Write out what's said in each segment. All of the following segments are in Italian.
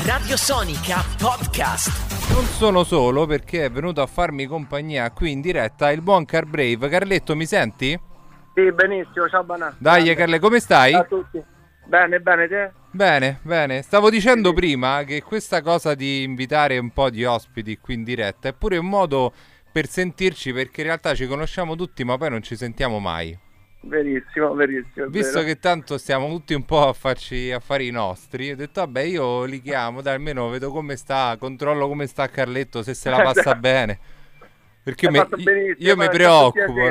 Radio Sonica Podcast. Non sono solo, perché è venuto a farmi compagnia qui in diretta il buon Carbrave. Carletto, mi senti? Sì, benissimo, ciao Banà. Dai Carle, come stai? Ciao a tutti. Bene, te? Bene. Stavo dicendo prima che questa cosa di invitare un po' di ospiti qui in diretta è pure un modo per sentirci, perché in realtà ci conosciamo tutti ma poi non ci sentiamo mai. Verissimo. Visto che tanto stiamo tutti un po' a farci affari nostri, ho detto vabbè, io li chiamo, dai, almeno vedo come sta, controllo come sta Carletto, se se la passa bene, perché io mi preoccupo.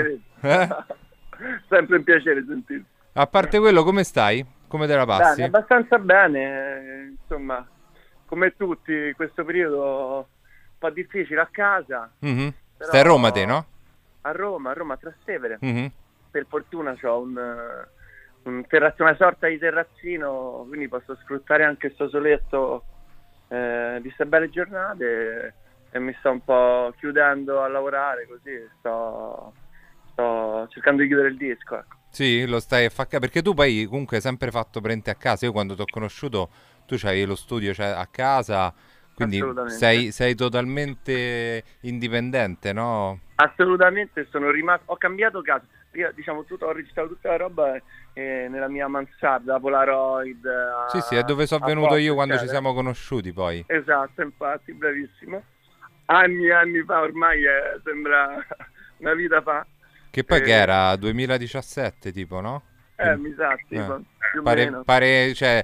Sempre un piacere sentirti. A parte quello, come stai? Come te la passi? Bene, abbastanza bene, insomma, come tutti, questo periodo un po' difficile a casa. Mm-hmm. Però... Stai a Roma te, no? A Roma, a Trastevere. Mm-hmm. Per fortuna c'ho un terrazzino, una sorta di terrazzino, quindi posso sfruttare anche sto soletto di queste belle giornate, e mi sto un po' chiudendo a lavorare, così sto cercando di chiudere il disco, ecco. Sì, lo stai a fare, perché tu poi comunque hai sempre fatto prende a casa. Io quando ti ho conosciuto tu c'avevi lo studio a casa, quindi sei totalmente indipendente, no? Assolutamente, sono rimasto, ho cambiato casa. Io, diciamo, ho registrato tutta la roba nella mia mansarda, Polaroid. Sì, è dove sono venuto io quando ci siamo conosciuti poi. Esatto, infatti, bravissimo. Anni fa, ormai sembra una vita fa. Che poi che era 2017 tipo, no? Mi sa, tipo, più o meno. Pare, cioè,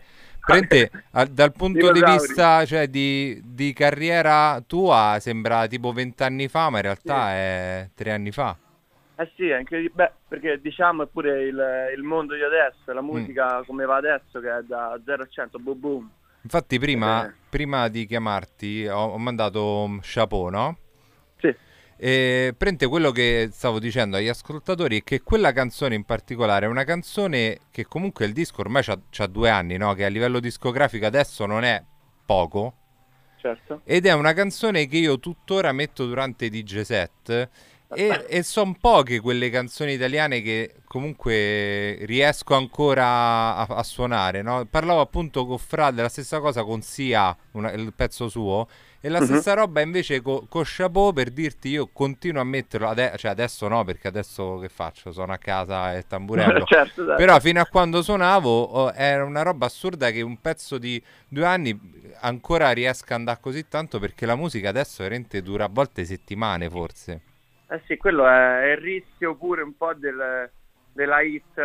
dal punto di vista, cioè, di carriera tua sembra tipo 20 anni fa, ma in realtà è 3 anni fa. Sì, è incredibile, perché diciamo è pure il mondo di adesso, la musica come va adesso, che è da 0 a 100, boom boom. Infatti prima di chiamarti ho mandato chapeau, no? Sì. E prende quello che stavo dicendo agli ascoltatori, è che quella canzone in particolare è una canzone che comunque il disco ormai c'ha 2 anni, no? Che a livello discografico adesso non è poco. Certo. Ed è una canzone che io tuttora metto durante i DJ set. E sono poche quelle canzoni italiane che comunque riesco ancora a suonare, no? Parlavo appunto con Fra della stessa cosa con Sia, il pezzo suo, e la stessa roba invece con Chapeau, per dirti, io continuo a metterlo, cioè adesso no, perché adesso che faccio? Sono a casa e tamburello. Certo. Però fino a quando suonavo era una roba assurda che un pezzo di 2 anni ancora riesca ad andare così tanto, perché la musica adesso veramente dura a volte settimane forse. Sì, quello è il rischio pure un po' della hit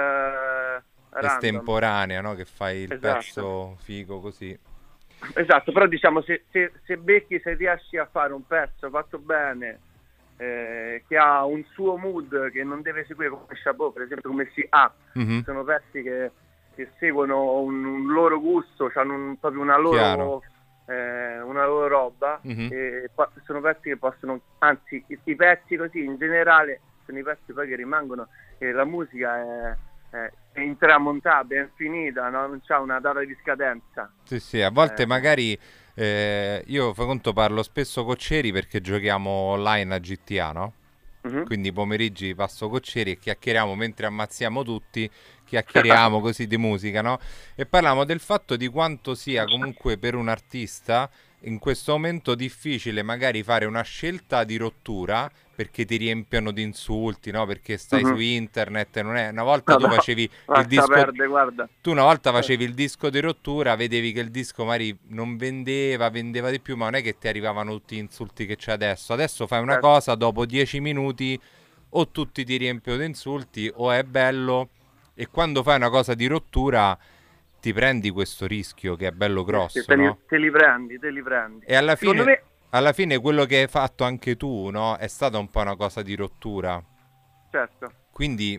estemporanea, no? Che fai il pezzo figo così. Esatto, però diciamo se riesci a fare un pezzo fatto bene, che ha un suo mood, che non deve seguire come Chapeau, per esempio, come si ha. Sono pezzi che seguono un loro gusto, hanno proprio una loro roba, e sono pezzi che possono, anzi i pezzi così in generale sono i pezzi poi che rimangono, e la musica è intramontabile, è infinita, no? Non c'ha una data di scadenza. Sì, a volte magari io fa conto parlo spesso con Ceri, perché giochiamo online a GTA, no? Quindi pomeriggi passo con Ceri e chiacchieriamo mentre ammazziamo tutti, chiacchieriamo così di musica, no? E parliamo del fatto di quanto sia comunque per un artista in questo momento difficile magari fare una scelta di rottura, perché ti riempiono di insulti, no? Perché stai su internet, non è una volta tu facevi il disco, tu una volta facevi il disco di rottura, vedevi che il disco magari non vendeva di più, ma non è che ti arrivavano tutti gli insulti che c'è adesso. Adesso fai una cosa, dopo 10 minuti o tutti ti riempiono di insulti o è bello, e quando fai una cosa di rottura ti prendi questo rischio che è bello grosso, no? Te li prendi. E alla fine quello che hai fatto anche tu, no? È stata un po' una cosa di rottura. Certo. Quindi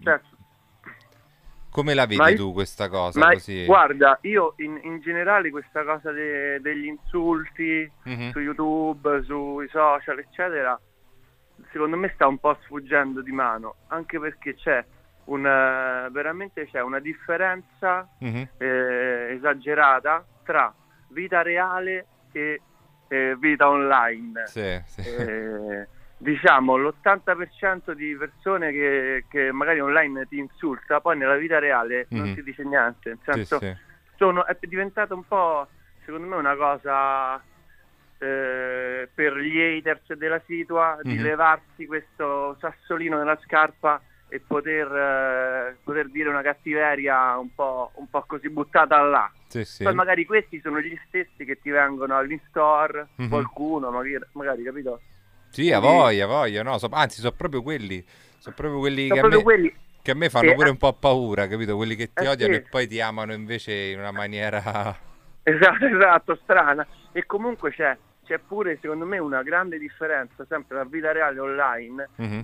come la vedi tu questa cosa? Così? Guarda, io in generale questa cosa degli insulti su YouTube, sui social, eccetera, secondo me sta un po' sfuggendo di mano, anche perché veramente c'è una differenza esagerata tra vita reale e vita online. Sì. Diciamo l'80% di persone che magari online ti insulta, poi nella vita reale non si dice niente, nel senso è diventato un po' secondo me è una cosa per gli haters della situa di levarsi questo sassolino nella scarpa e poter dire una cattiveria un po' così buttata là. Sì. Poi magari questi sono gli stessi che ti vengono all'in-store, qualcuno magari, capito? Sì, a voglia, no? Anzi, sono proprio quelli che a me fanno pure un po' paura, capito? Quelli che ti odiano e poi ti amano invece in una maniera... Esatto, strana. E comunque c'è pure, secondo me, una grande differenza, sempre tra vita reale e online,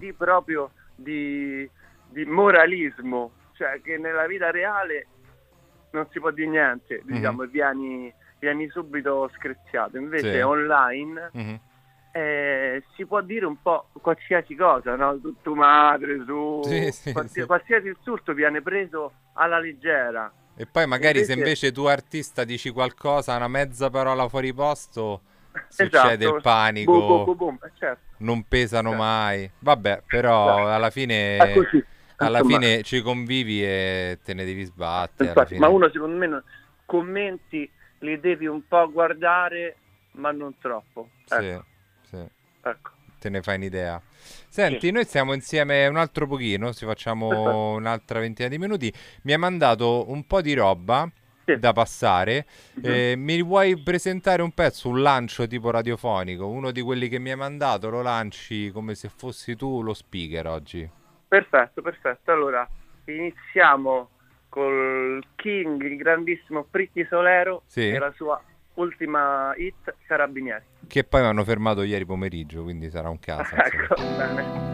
di moralismo. Cioè che nella vita reale non si può dire niente, diciamo, e vieni subito screziato. Invece online si può dire un po' qualsiasi cosa, no? Tu madre, qualsiasi insulto viene preso alla leggera. E poi magari se invece tu artista dici qualcosa, una mezza parola fuori posto, succede il panico, boom, certo. Non pesano mai. Vabbè, però alla fine ci convivi e te ne devi sbattere. Infatti, ma uno, secondo me, commenti li devi un po' guardare, ma non troppo. Ecco. Sì. Ecco. Te ne fai un'idea. Senti, noi stiamo insieme un altro pochino, ci facciamo un'altra ventina di minuti. Mi hai mandato un po' di roba da passare. Mi vuoi presentare un pezzo, un lancio tipo radiofonico? Uno di quelli che mi hai mandato, lo lanci come se fossi tu lo speaker oggi. Perfetto. Allora, iniziamo col King, il grandissimo Pretty Solero, e la sua ultima hit, Carabinieri. Che poi mi hanno fermato ieri pomeriggio, quindi sarà un caso. Ecco, bene.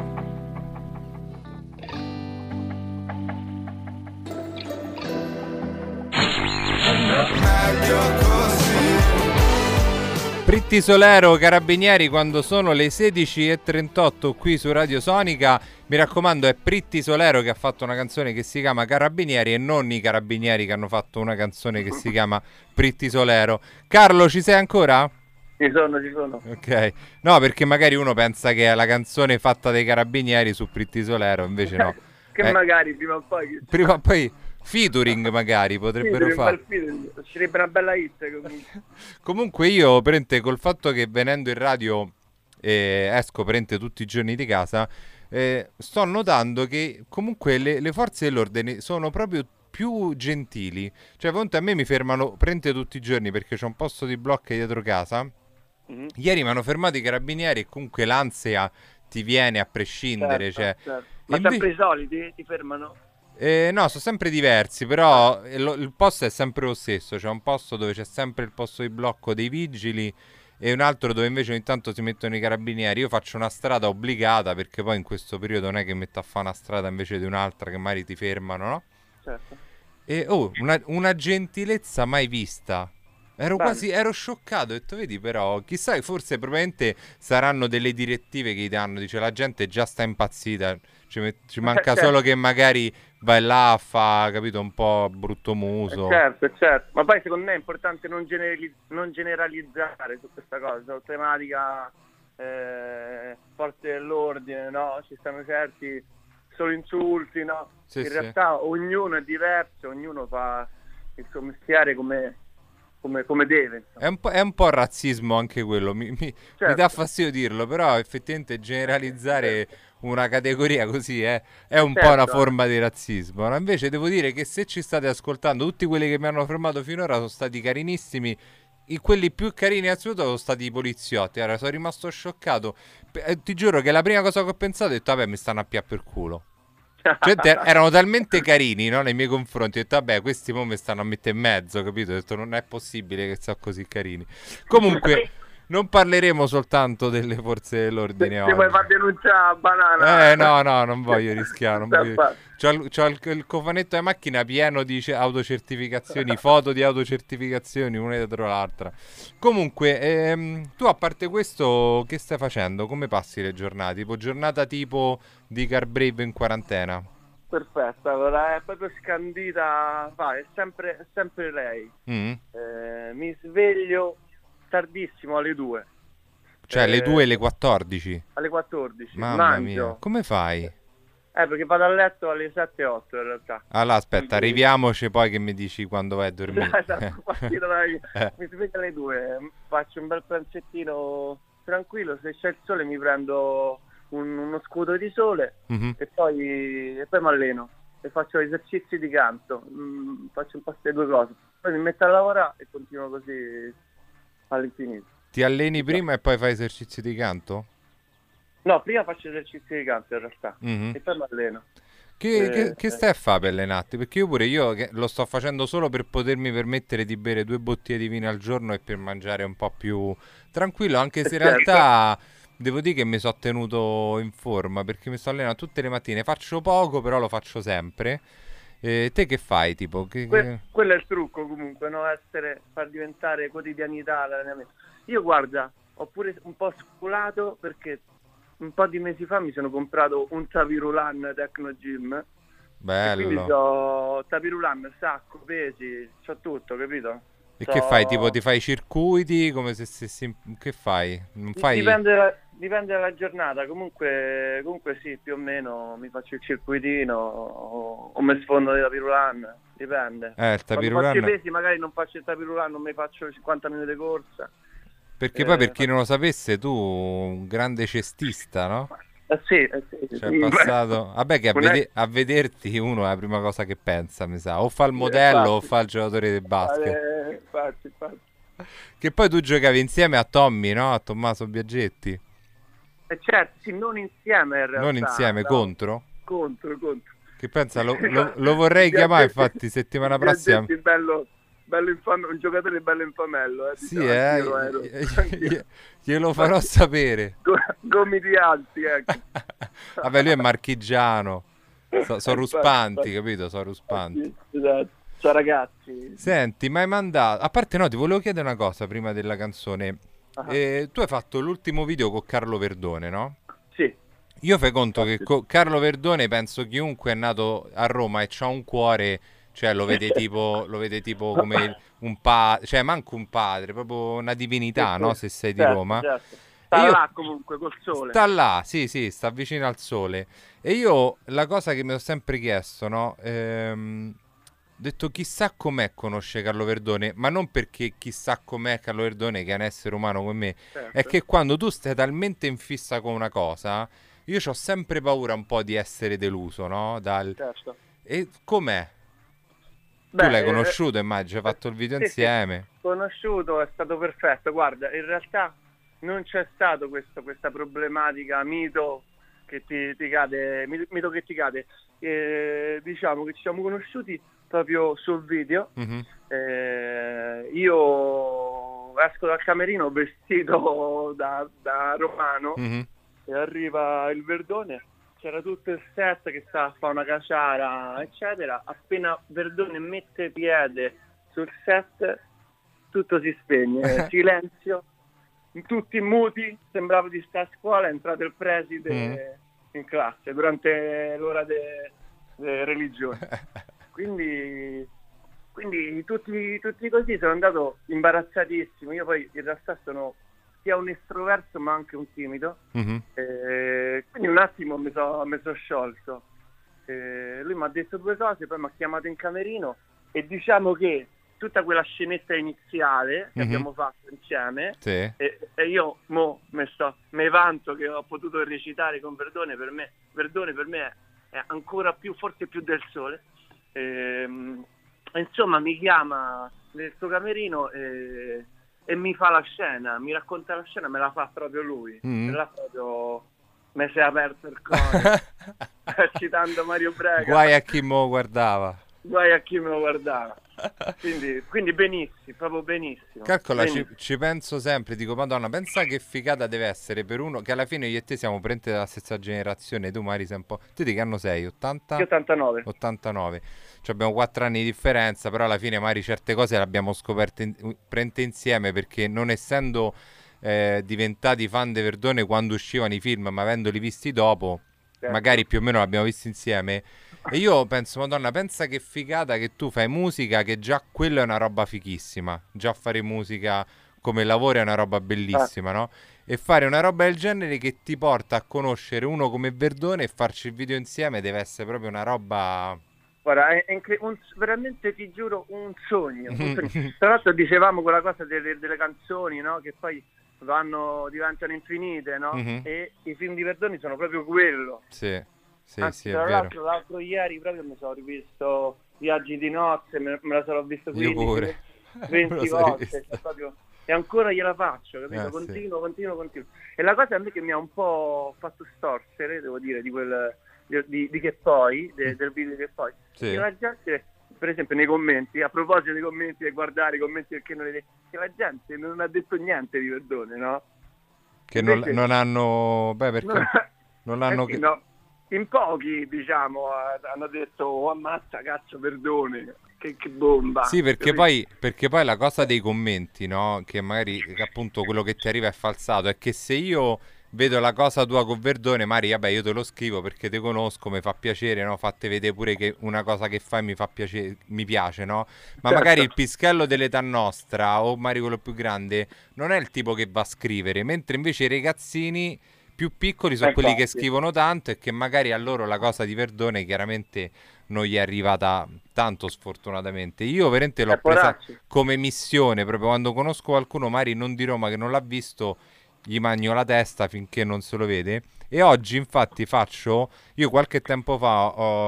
Pretty Solero, Carabinieri, quando sono le 16:38 qui su Radio Sonica. Mi raccomando, è Pretty Solero che ha fatto una canzone che si chiama Carabinieri e non i Carabinieri che hanno fatto una canzone che si chiama Pretty Solero. Carlo, ci sei ancora? Ci sono. Ok, no, perché magari uno pensa che è la canzone fatta dai Carabinieri su Pretty Solero, invece no. Che magari prima o poi featuring magari potrebbero fare. Sarebbe una bella hit comunque io prende col fatto che venendo in radio esco tutti i giorni di casa, sto notando che comunque le forze dell'ordine sono proprio più gentili. Cioè a me mi fermano tutti i giorni perché c'è un posto di blocca dietro casa. Ieri mi hanno fermato i carabinieri e comunque l'ansia ti viene a prescindere. Certo. Ma sempre i soliti ti fermano? No, sono sempre diversi, però il posto è sempre lo stesso. C'è un posto dove c'è sempre il posto di blocco dei vigili e un altro dove invece ogni tanto si mettono i carabinieri. Io faccio una strada obbligata perché poi in questo periodo non è che metto a fare una strada invece di un'altra che magari ti fermano, no? Certo. E una gentilezza mai vista. Ero scioccato, ho detto, vedi, però chissà, forse probabilmente saranno delle direttive che gli danno, dice la gente già sta impazzita, ci manca solo che magari vai là a fa, capito, un po' brutto muso. Certo, ma poi secondo me è importante non generalizzare su questa cosa, su tematica forze dell'ordine, no? Ci stanno certi solo insulti, no? In realtà ognuno è diverso, ognuno fa il suo mestiere come deve. È un po' razzismo anche quello, mi dà fastidio dirlo, però effettivamente generalizzare una categoria così è un po' una forma di razzismo, no? Invece devo dire che se ci state ascoltando, tutti quelli che mi hanno fermato finora sono stati carinissimi. Quelli più carini in assoluto sono stati i poliziotti. Allora, sono rimasto scioccato. Ti giuro che la prima cosa che ho pensato è detto, vabbè, mi stanno a pià per culo. Cioè, erano talmente carini, no, nei miei confronti. Ho detto, vabbè, questi mo mi stanno a mettere in mezzo, capito? Ho detto, non è possibile che siano così carini. Comunque, non parleremo soltanto delle forze dell'ordine oggi. Se vuoi far denunciare a banana. No, non voglio rischiare. C'ho il cofanetto della macchina pieno di autocertificazioni, foto di autocertificazioni, una dietro l'altra. Comunque, tu a parte questo, che stai facendo? Come passi le giornate? Tipo giornata tipo di Car Brave in quarantena? Perfetto, allora è proprio scandita, è sempre lei. Mi sveglio tardissimo alle 2. Cioè alle 2 alle 14? Alle 14. Mamma mia, come fai? Perché vado a letto alle 7-8 in realtà. Allora, aspetta, Quindi... arriviamoci poi che mi dici quando vai a dormire. Esatto, mi sveglio alle 2, faccio un bel pranzettino tranquillo, se c'è il sole mi prendo uno scudo di sole e poi mi alleno e faccio esercizi di canto, faccio un po' queste due cose, poi mi metto a lavorare e continuo così all'infinito. Ti alleni prima e poi fai esercizi di canto? No, prima faccio esercizi di canto in realtà e poi mi alleno. Che stai a fare per allenarti? Perché io lo sto facendo solo per potermi permettere di bere 2 bottiglie di vino al giorno e per mangiare un po' più tranquillo, anche se in realtà devo dire che mi sono tenuto in forma perché mi sto allenando tutte le mattine. Faccio poco, però lo faccio sempre. Te che fai? Tipo, quello è il trucco comunque, no? Far diventare quotidianità l'allenamento. Io guarda, ho pure un po' sculato perché un po' di mesi fa mi sono comprato un Tapirulan Tecno Gym. Bello. E quindi ho Tapirulan, sacco, pesi, c'ho tutto, capito? E che fai? Tipo ti fai i circuiti? Come se che fai? Non fai... Dipende dalla giornata, comunque sì, più o meno mi faccio il circuitino o mi sfondo della Tapirulan, dipende. Il Tapirulan... Quando faccio i pesi magari non faccio il Tapirulan, non mi faccio 50 minuti di corsa. Perché poi per chi non lo sapesse tu un grande cestista, no? Sì. Cioè è passato... Vabbè che a vederti uno è la prima cosa che pensa, mi sa. O fa il modello o fa il giocatore di basket. Infatti. Che poi tu giocavi insieme a Tommy, no? A Tommaso Biaggetti. Certo, sì, non insieme in realtà. Non insieme, no. Contro? Contro. Che pensa, lo vorrei chiamare infatti settimana prossima. Bello infame, un giocatore bello infamello. Sì, glielo farò sapere. Gomiti alti, ecco. Vabbè, lui è marchigiano. Sono ruspanti, capito? Sono ruspanti. Esatto. Ciao ragazzi. Senti, mi hai mandato... A parte no, ti volevo chiedere una cosa prima della canzone. Tu hai fatto l'ultimo video con Carlo Verdone, no? Sì. Io fai conto che con Carlo Verdone penso chiunque è nato a Roma e c'ha un cuore... Cioè lo vede tipo come un padre, cioè manco un padre, proprio una divinità, no? Se sei di Roma. Certo. Sta là comunque col sole. Sta là, sì, sta vicino al sole. E io la cosa che mi ho sempre chiesto, no? Ho detto chissà com'è conosce Carlo Verdone, ma non perché chissà com'è Carlo Verdone che è un essere umano come me, è che quando tu stai talmente in fissa con una cosa, io ho sempre paura un po' di essere deluso, no? Certo. E com'è? Tu l'hai conosciuto, immagino, hai fatto il video insieme. Sì, conosciuto, è stato perfetto. Guarda, in realtà non c'è stato questa problematica mito che ti cade. Diciamo che ci siamo conosciuti proprio sul video. Io esco dal camerino vestito da romano e arriva il Verdone. C'era tutto il set che stava a fare una caciara, eccetera. Appena Verdone mette piede sul set, tutto si spegne, silenzio, tutti muti, sembrava di stare a scuola, è entrato il preside in classe durante l'ora di religione. Quindi tutti così, sono andato imbarazzatissimo. Io poi in realtà sono sia un estroverso ma anche un timido, quindi un attimo mi sono sciolto. Lui mi ha detto 2 cose, poi mi ha chiamato in camerino e diciamo che tutta quella scenetta iniziale che abbiamo fatto insieme, e io mi vanto che ho potuto recitare con Verdone. Verdone per me è ancora più, forse più del sole. Insomma, mi chiama nel suo camerino e mi fa la scena, mi racconta la scena, me la fa proprio lui. Me la proprio... Mi si è aperto il cuore. Citando Mario Brega. Guai a chi me lo guardava. Quindi benissimo, proprio benissimo. Calcola, ci penso sempre, dico, Madonna, pensa che figata deve essere per uno che alla fine io e te siamo parenti della stessa generazione, tu Mari sei un po'... Tu di che anno sei? 80? Io 89. 89. Cioè abbiamo 4 anni di differenza, però alla fine Mari certe cose le abbiamo scoperte prende insieme, perché non essendo diventati fan di Verdone quando uscivano i film, ma avendoli visti dopo, magari più o meno l'abbiamo visto insieme. E io penso, Madonna, pensa che figata che tu fai musica, che già quello è una roba fichissima. Già fare musica come lavoro è una roba bellissima, no? E fare una roba del genere che ti porta a conoscere uno come Verdone e farci il video insieme deve essere proprio una roba... Guarda, veramente ti giuro un sogno. Tra l'altro dicevamo quella cosa delle canzoni, no? Che poi diventano infinite, no? E i film di Verdone sono proprio quello. Sì, Anzi, sì, è tra vero. l'altro ieri proprio mi sono rivisto Viaggi di nozze, me la sarò visto 15, Io pure. 20 volte, cioè, proprio, e ancora gliela faccio, capito? Sì. Continuo. E la cosa a me che mi ha un po' fatto storsere, devo dire, di che poi, del video che poi, Sì. che la gente, per esempio nei commenti, a proposito dei commenti, e guardare i commenti perché non che la gente non ha detto niente di Verdone, no? Che Invece, non hanno... Beh, perché non hanno... sì, no. In pochi, diciamo, hanno detto oh, ammazza, cazzo, Verdone, che bomba. Sì, perché poi la cosa dei commenti, no? Che magari che appunto quello che ti arriva è falsato, è che se io vedo la cosa tua con Verdone, Mari, vabbè, io te lo scrivo perché te conosco, mi fa piacere, no? Fatte vedere pure che una cosa che fai mi fa piacere, mi piace, no? Ma Certo. magari il pischello dell'età nostra o magari quello più grande non è il tipo che va a scrivere, mentre invece i ragazzini più piccoli sono quelli che scrivono tanto e che magari a loro la cosa di Verdone chiaramente non gli è arrivata tanto sfortunatamente. Io veramente l'ho presa come missione, proprio quando conosco qualcuno magari non di Roma che non l'ha visto, gli magno la testa finché non se lo vede. E oggi infatti io qualche tempo fa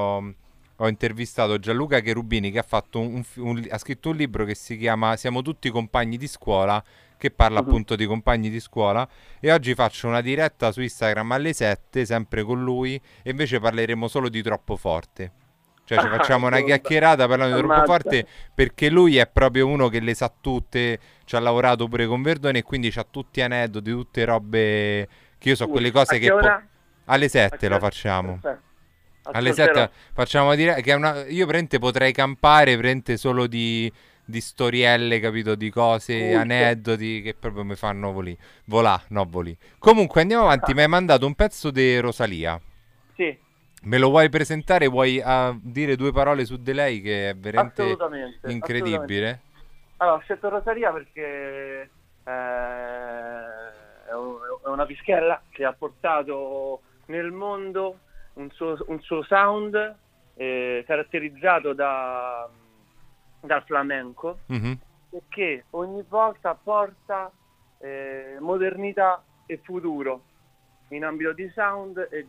ho intervistato Gianluca Cherubini che ha fatto ha scritto un libro che si chiama Siamo tutti compagni di scuola, che parla appunto di compagni di scuola, e oggi faccio una diretta su Instagram alle 7 sempre con lui e invece parleremo solo di Troppo Forte. Cioè ci facciamo una chiacchierata parlando di Troppo Forte, perché lui è proprio uno che le sa tutte, ci ha lavorato pure con Verdone e quindi c'ha tutti aneddoti, tutte robe che io so quelle cose che alle 7 lo facciamo. Alle 7 facciamo dire che è io prende potrei campare solo di storielle, capito, di cose, aneddoti che proprio mi fanno volì. Comunque andiamo avanti, mi hai mandato un pezzo di Rosalia. Sì. Me lo vuoi presentare? Vuoi dire due parole su di lei che è veramente incredibile? Assolutamente. Allora, ho scelto Rosalia perché è una pischella che ha portato nel mondo un suo sound caratterizzato dal flamenco, che ogni volta porta modernità e futuro in ambito di sound e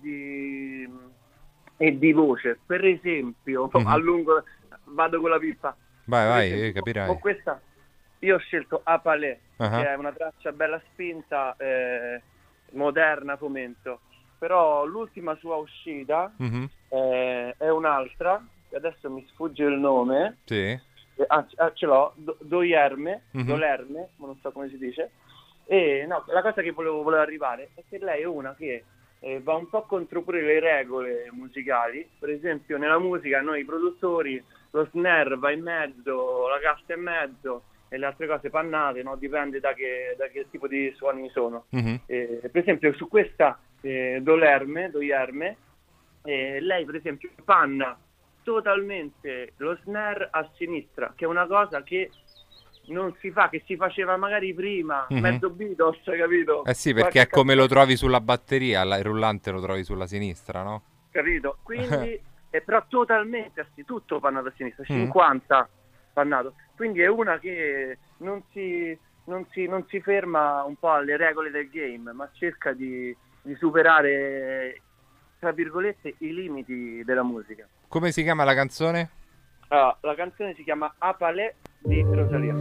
di voce. Per esempio, vado con la pippa. Vai, capirai. Con questa io ho scelto Apalé, che è una traccia bella spinta, moderna, fomento. Però l'ultima sua uscita è un'altra, che adesso mi sfugge il nome. Sì. Ce l'ho, Dolerme, ma non so come si dice. E no, la cosa che volevo arrivare è che lei è una che va un po' contro pure le regole musicali. Per esempio nella musica noi produttori, lo snare va in mezzo, la cassa in mezzo e le altre cose pannate, no? Dipende da che tipo di suoni sono. Per esempio su questa Dolerme, lei per esempio panna totalmente lo snare a sinistra, che è una cosa che non si fa, che si faceva magari prima, mezzo Beatles, capito? Sì, perché è come lo trovi sulla batteria, il rullante lo trovi sulla sinistra, no? Capito? Quindi però totalmente tutto pannato a sinistra, 50 pannato. Quindi è una che non si ferma un po' alle regole del game, ma cerca di superare, tra virgolette, i limiti della musica. Come si chiama la canzone? La canzone si chiama Apalé di Rosalia.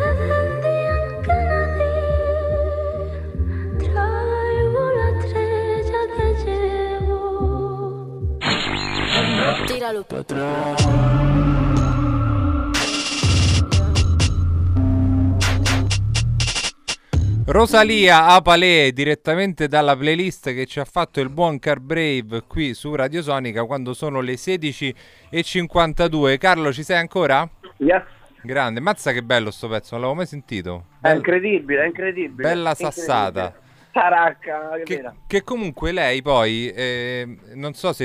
Tíralo. Rosalia Apalé, direttamente dalla playlist che ci ha fatto il buon Car Brave qui su Radio Sonica quando sono le 16:52. Carlo, ci sei ancora? Yes. Grande, mazza che bello sto pezzo, non l'avevo mai sentito. È incredibile. Bella sassata. Taracca, che comunque lei poi, non so se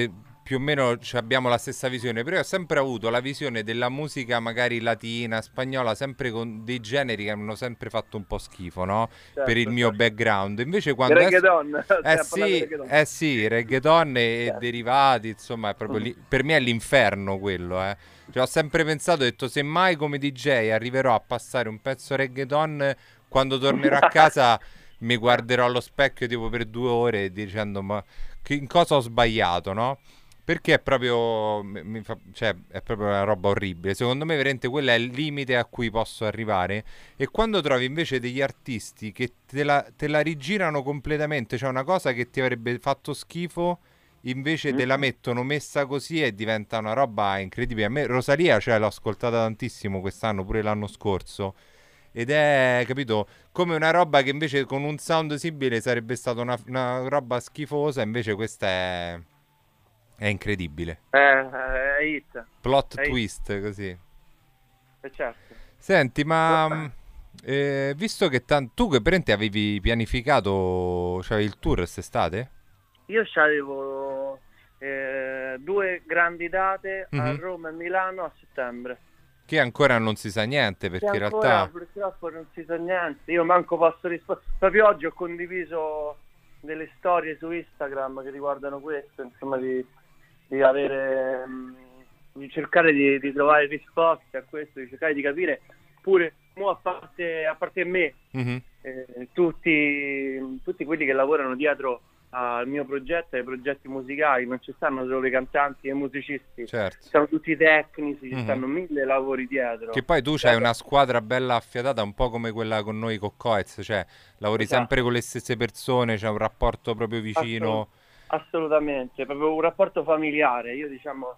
più o meno abbiamo la stessa visione, però io ho sempre avuto la visione della musica magari latina, spagnola, sempre con dei generi che hanno sempre fatto un po' schifo, no? Certo, Per il mio background. Invece quando... Il reggaeton. Sì, reggaeton e Certo. derivati, insomma, è proprio per me è l'inferno quello, eh. Cioè, ho sempre pensato, ho detto, se mai come DJ arriverò a passare un pezzo reggaeton, quando tornerò a casa mi guarderò allo specchio tipo per 2 ore dicendo, ma in cosa ho sbagliato, no? Perché è proprio, cioè, è proprio una roba orribile. Secondo me, veramente, quello è il limite a cui posso arrivare. E quando trovi invece degli artisti che te la rigirano completamente, cioè una cosa che ti avrebbe fatto schifo, invece te la mettono messa così e diventa una roba incredibile. A me Rosalia, cioè, l'ho ascoltata tantissimo quest'anno, pure l'anno scorso. Ed è, capito, come una roba che invece con un sound simile sarebbe stata una roba schifosa, invece questa è incredibile. È hit. Plot È hit. twist, così. Certo. Senti, ma visto che tu che parente avevi pianificato, cioè il tour quest'estate? Io c'avevo 2 grandi date a Roma e Milano a settembre. Che ancora non si sa niente, perché in realtà... Purtroppo non si sa niente. Io manco posso rispondere. Proprio oggi ho condiviso delle storie su Instagram che riguardano questo, insomma, di avere... di cercare di trovare risposte a questo, di cercare di capire pure, a parte me, tutti quelli che lavorano dietro al mio progetto, ai progetti musicali, non ci stanno solo i cantanti e i musicisti, certo. Ci stanno tutti i tecnici, ci stanno 1000 lavori dietro. Che poi tu c'hai una squadra bella affiatata, un po' come quella con noi con Coez, cioè lavori sempre con le stesse persone, c'è un rapporto proprio vicino. Assolutamente, proprio un rapporto familiare. Io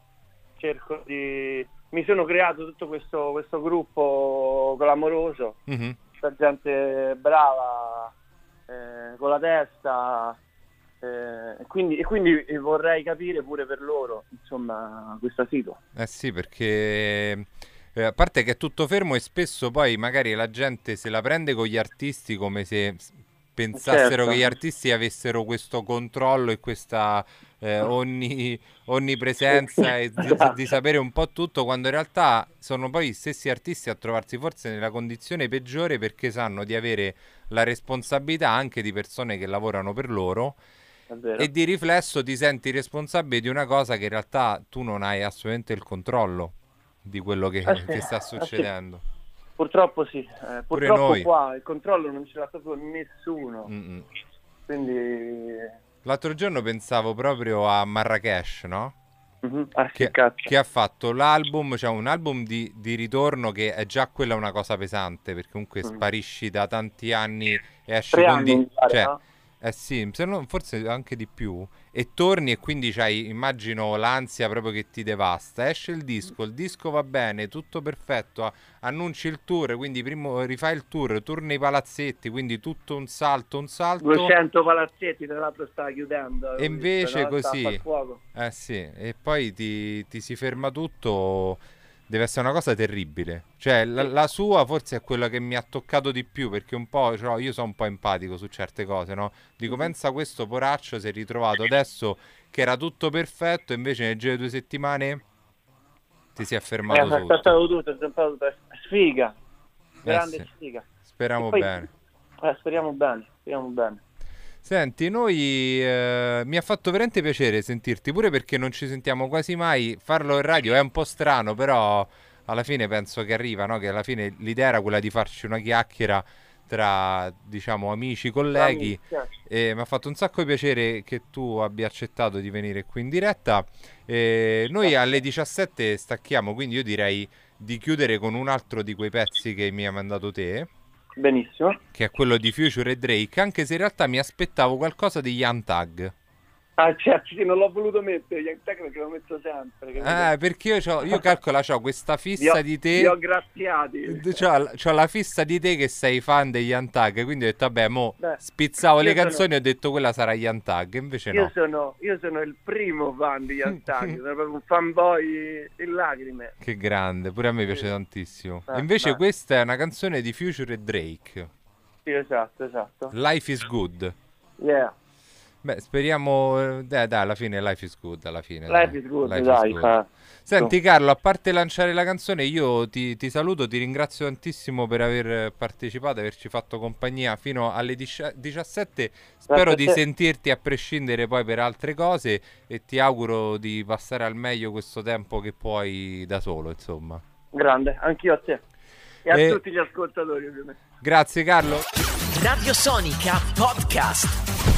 mi sono creato tutto questo gruppo clamoroso, c'è gente brava, con la testa, quindi vorrei capire pure per loro, insomma, questa situazione. Sì, perché a parte che è tutto fermo e spesso poi magari la gente se la prende con gli artisti come se pensassero che gli artisti avessero questo controllo e questa onnipresenza e di sapere un po' tutto, quando in realtà sono poi gli stessi artisti a trovarsi forse nella condizione peggiore, perché sanno di avere la responsabilità anche di persone che lavorano per loro. E di riflesso ti senti responsabile di una cosa che in realtà tu non hai assolutamente il controllo di quello che sta succedendo. Sì. Purtroppo sì, purtroppo noi. Qua il controllo non ce l'ha proprio nessuno. Quindi... L'altro giorno pensavo proprio a Marrakesh, no? Che ha fatto l'album, cioè un album di ritorno, che è già quella una cosa pesante, perché comunque sparisci da tanti anni e esci 3 anni, no? Sì, forse anche di più, e torni e quindi c'hai, immagino, l'ansia proprio che ti devasta. Esce il disco va bene, tutto perfetto, annunci il tour, quindi prima rifai il tour, torni ai palazzetti, quindi tutto un salto. 200 palazzetti, tra l'altro sta chiudendo. E invece così, fuoco. sì, e poi ti si ferma tutto. Deve essere una cosa terribile. Cioè, la sua forse è quella che mi ha toccato di più, perché un po', cioè, io sono un po' empatico su certe cose, no? Dico, pensa, questo poraccio si è ritrovato adesso che era tutto perfetto, invece nel giro di 2 settimane ti si è fermato tutto. È stato tutto. Sfiga. Grande sfiga. Speriamo bene. Speriamo bene. Senti, mi ha fatto veramente piacere sentirti, pure perché non ci sentiamo quasi mai. Farlo in radio è un po' strano, però alla fine penso che arriva, no? Che alla fine l'idea era quella di farci una chiacchiera tra, diciamo, amici, colleghi, e mi ha fatto un sacco di piacere che tu abbia accettato di venire qui in diretta. Noi alle 17 stacchiamo, quindi io direi di chiudere con un altro di quei pezzi che mi hai mandato te. Benissimo. Che è quello di Future e Drake, anche se in realtà mi aspettavo qualcosa di Young Thug. Certo, sì, non l'ho voluto mettere, Young Thug, perché lo metto sempre. Perché io calcolo, c'ho questa fissa di te. Li ho graziati. C'ho la fissa di te che sei fan degli Young Thug, quindi ho detto, vabbè, spizzavo le canzoni e ho detto quella sarà Young Thug, invece no. Io sono il primo fan di Young Thug, sono proprio un fanboy in lacrime. Che grande, pure a me piace tantissimo. Invece questa è una canzone di Future e Drake. Sì, esatto. Life is Good. Yeah. Beh, speriamo, dai, alla fine life is good, alla fine. Life is good, Life dai. is good. Senti Carlo, a parte lanciare la canzone, io ti saluto, ti ringrazio tantissimo per aver partecipato, averci fatto compagnia fino alle 17. Spero di sentirti a prescindere poi per altre cose e ti auguro di passare al meglio questo tempo che puoi da solo, insomma. Grande, anch'io a te e a tutti gli ascoltatori ovviamente. Grazie Carlo. Radio Sonica Podcast.